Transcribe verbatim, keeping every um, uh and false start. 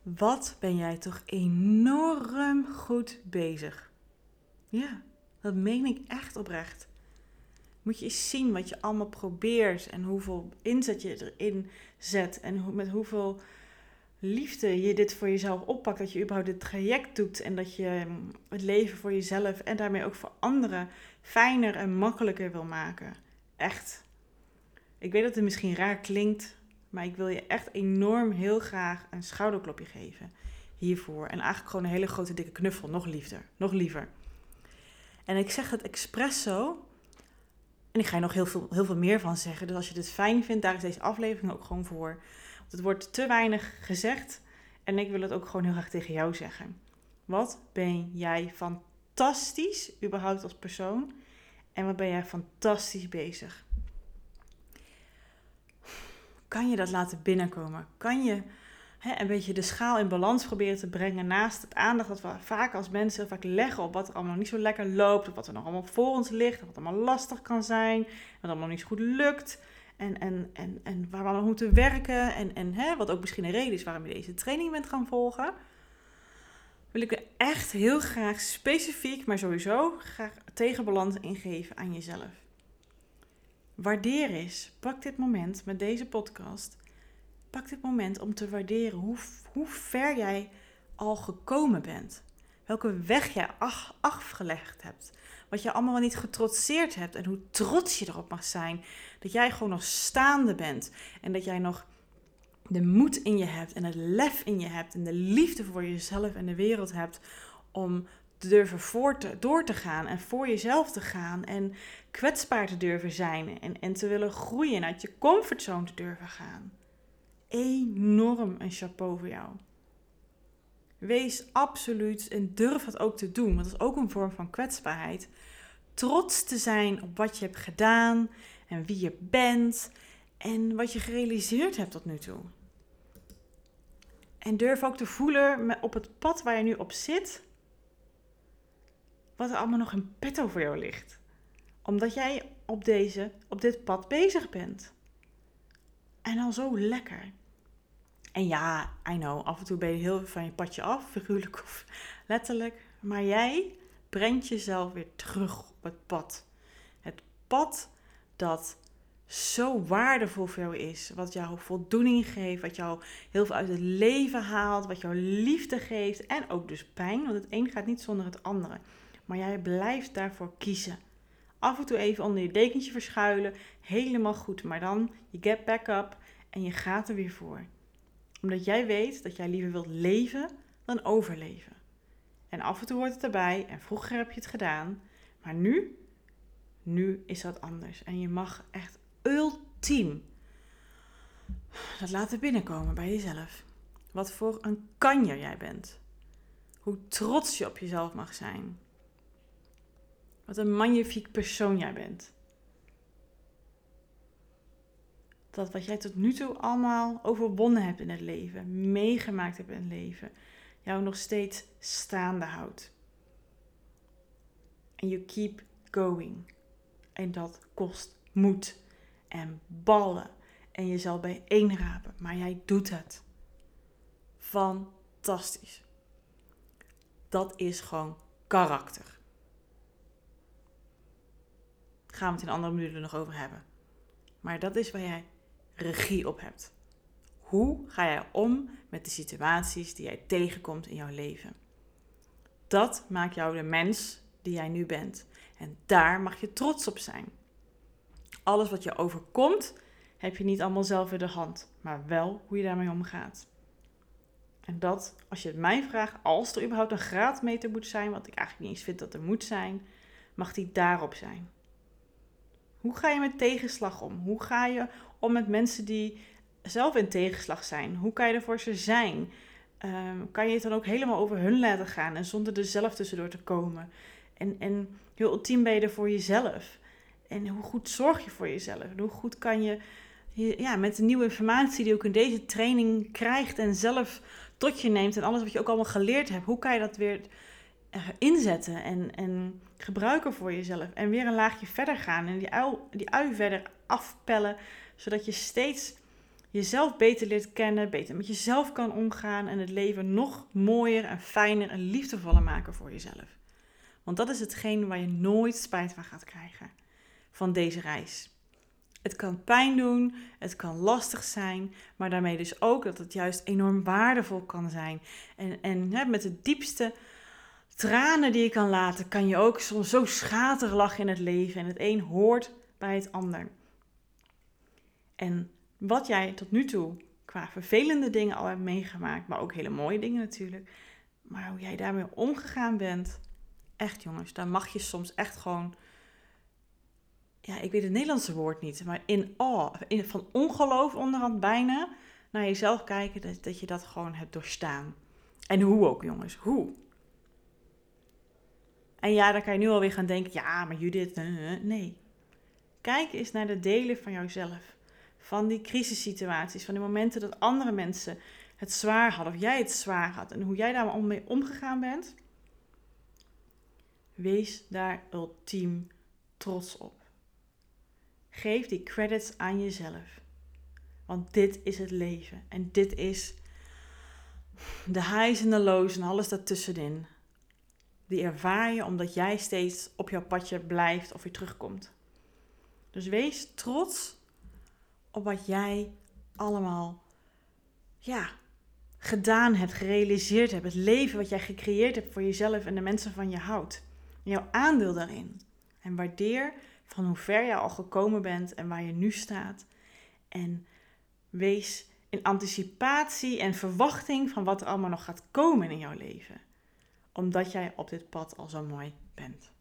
Wat ben jij toch enorm goed bezig. Ja, dat meen ik echt oprecht. Moet je eens zien wat je allemaal probeert en hoeveel inzet je erin zet en hoe, met hoeveel liefde je dit voor jezelf oppakt. Dat je überhaupt dit traject doet en dat je het leven voor jezelf en daarmee ook voor anderen fijner en makkelijker wil maken. Echt. Ik weet dat het misschien raar klinkt, maar ik wil je echt enorm heel graag een schouderklopje geven hiervoor. En eigenlijk gewoon een hele grote dikke knuffel, nog liefder, nog liever. En ik zeg het expres zo. En ik ga je nog heel veel, heel veel meer van zeggen. Dus als je dit fijn vindt, daar is deze aflevering ook gewoon voor. Want het wordt te weinig gezegd. En ik wil het ook gewoon heel graag tegen jou zeggen. Wat ben jij fantastisch, überhaupt als persoon. En wat ben jij fantastisch bezig. Kan je dat laten binnenkomen? Kan je hè, een beetje de schaal in balans proberen te brengen naast het aandacht dat we vaak als mensen heel vaak leggen op wat er allemaal niet zo lekker loopt, of wat er nog allemaal voor ons ligt, wat allemaal lastig kan zijn, wat allemaal niet zo goed lukt en, en, en, en waar we nog moeten werken en, en hè, wat ook misschien een reden is waarom je deze training bent gaan volgen, wil ik er echt heel graag specifiek, maar sowieso graag tegenbalans ingeven aan jezelf. Waardeer eens, pak dit moment met deze podcast, pak dit moment om te waarderen hoe, hoe ver jij al gekomen bent. Welke weg jij af, afgelegd hebt. Wat je allemaal wel niet getrotseerd hebt en hoe trots je erop mag zijn. Dat jij gewoon nog staande bent en dat jij nog de moed in je hebt en het lef in je hebt en de liefde voor jezelf en de wereld hebt om te durven voor te, door te gaan en voor jezelf te gaan en kwetsbaar te durven zijn en, en te willen groeien en uit je comfortzone te durven gaan. Enorm een chapeau voor jou. Wees absoluut en durf dat ook te doen, want dat is ook een vorm van kwetsbaarheid. Trots te zijn op wat je hebt gedaan en wie je bent en wat je gerealiseerd hebt tot nu toe. En durf ook te voelen op het pad waar je nu op zit, wat er allemaal nog in petto voor jou ligt. Omdat jij op, deze, op dit pad bezig bent. En al zo lekker. En ja, I know, af en toe ben je heel van je padje af, figuurlijk of letterlijk. Maar jij brengt jezelf weer terug op het pad. Het pad dat zo waardevol voor jou is. Wat jou voldoening geeft, wat jou heel veel uit het leven haalt, wat jou liefde geeft en ook dus pijn. Want het een gaat niet zonder het andere. Maar jij blijft daarvoor kiezen. Af en toe even onder je dekentje verschuilen, helemaal goed. Maar dan, je get back up en je gaat er weer voor. Omdat jij weet dat jij liever wilt leven dan overleven. En af en toe hoort het erbij en vroeger heb je het gedaan. Maar nu, nu is dat anders. En je mag echt ultiem dat laten binnenkomen bij jezelf. Wat voor een kanjer jij bent. Hoe trots je op jezelf mag zijn. Wat een magnifiek persoon jij bent. Dat wat jij tot nu toe allemaal overwonnen hebt in het leven, meegemaakt hebt in het leven, jou nog steeds staande houdt. En you keep going. En dat kost moed en ballen. En je zal bijeenrapen, maar jij doet het. Fantastisch. Dat is gewoon karakter. Daar gaan we het in andere minuten nog over hebben. Maar dat is waar jij regie op hebt. Hoe ga jij om met de situaties die jij tegenkomt in jouw leven? Dat maakt jou de mens die jij nu bent. En daar mag je trots op zijn. Alles wat je overkomt, heb je niet allemaal zelf in de hand. Maar wel hoe je daarmee omgaat. En dat, als je het mij vraagt, als er überhaupt een graadmeter moet zijn, wat ik eigenlijk niet eens vind dat er moet zijn, mag die daarop zijn. Hoe ga je met tegenslag om? Hoe ga je om met mensen die zelf in tegenslag zijn? Hoe kan je er voor ze zijn? Um, kan je het dan ook helemaal over hun laten gaan en zonder er zelf tussendoor te komen? En, en heel ultiem ben je er voor jezelf. En hoe goed zorg je voor jezelf? En hoe goed kan je, ja, met de nieuwe informatie die je ook in deze training krijgt en zelf tot je neemt en alles wat je ook allemaal geleerd hebt, hoe kan je dat weer inzetten en, en gebruiken voor jezelf en weer een laagje verder gaan en die ui, die ui verder afpellen, zodat je steeds jezelf beter leert kennen, beter met jezelf kan omgaan en het leven nog mooier en fijner en liefdevoller maken voor jezelf. Want dat is hetgeen waar je nooit spijt van gaat krijgen, van deze reis. Het kan pijn doen, het kan lastig zijn, maar daarmee dus ook dat het juist enorm waardevol kan zijn. En, en hè, met de diepste tranen die je kan laten, kan je ook soms zo schaterig lachen in het leven. En het een hoort bij het ander. En wat jij tot nu toe qua vervelende dingen al hebt meegemaakt, maar ook hele mooie dingen natuurlijk. Maar hoe jij daarmee omgegaan bent, echt jongens, daar mag je soms echt gewoon, ja, ik weet het Nederlandse woord niet, maar in awe, in, van ongeloof onderhand bijna, naar jezelf kijken dat, dat je dat gewoon hebt doorstaan. En hoe ook jongens, hoe? En ja, dan kan je nu alweer gaan denken, ja, maar Judith, nee. Kijk eens naar de delen van jouzelf. Van die crisissituaties, van die momenten dat andere mensen het zwaar hadden, of jij het zwaar had, en hoe jij daar mee omgegaan bent. Wees daar ultiem trots op. Geef die credits aan jezelf. Want dit is het leven. En dit is de highs en de lows en alles daartussenin. Die ervaar je omdat jij steeds op jouw padje blijft of weer terugkomt. Dus wees trots op wat jij allemaal ja, gedaan hebt, gerealiseerd hebt. Het leven wat jij gecreëerd hebt voor jezelf en de mensen van je houdt. En jouw aandeel daarin. En waardeer van hoe ver je al gekomen bent en waar je nu staat. En wees in anticipatie en verwachting van wat er allemaal nog gaat komen in jouw leven. Omdat jij op dit pad al zo mooi bent.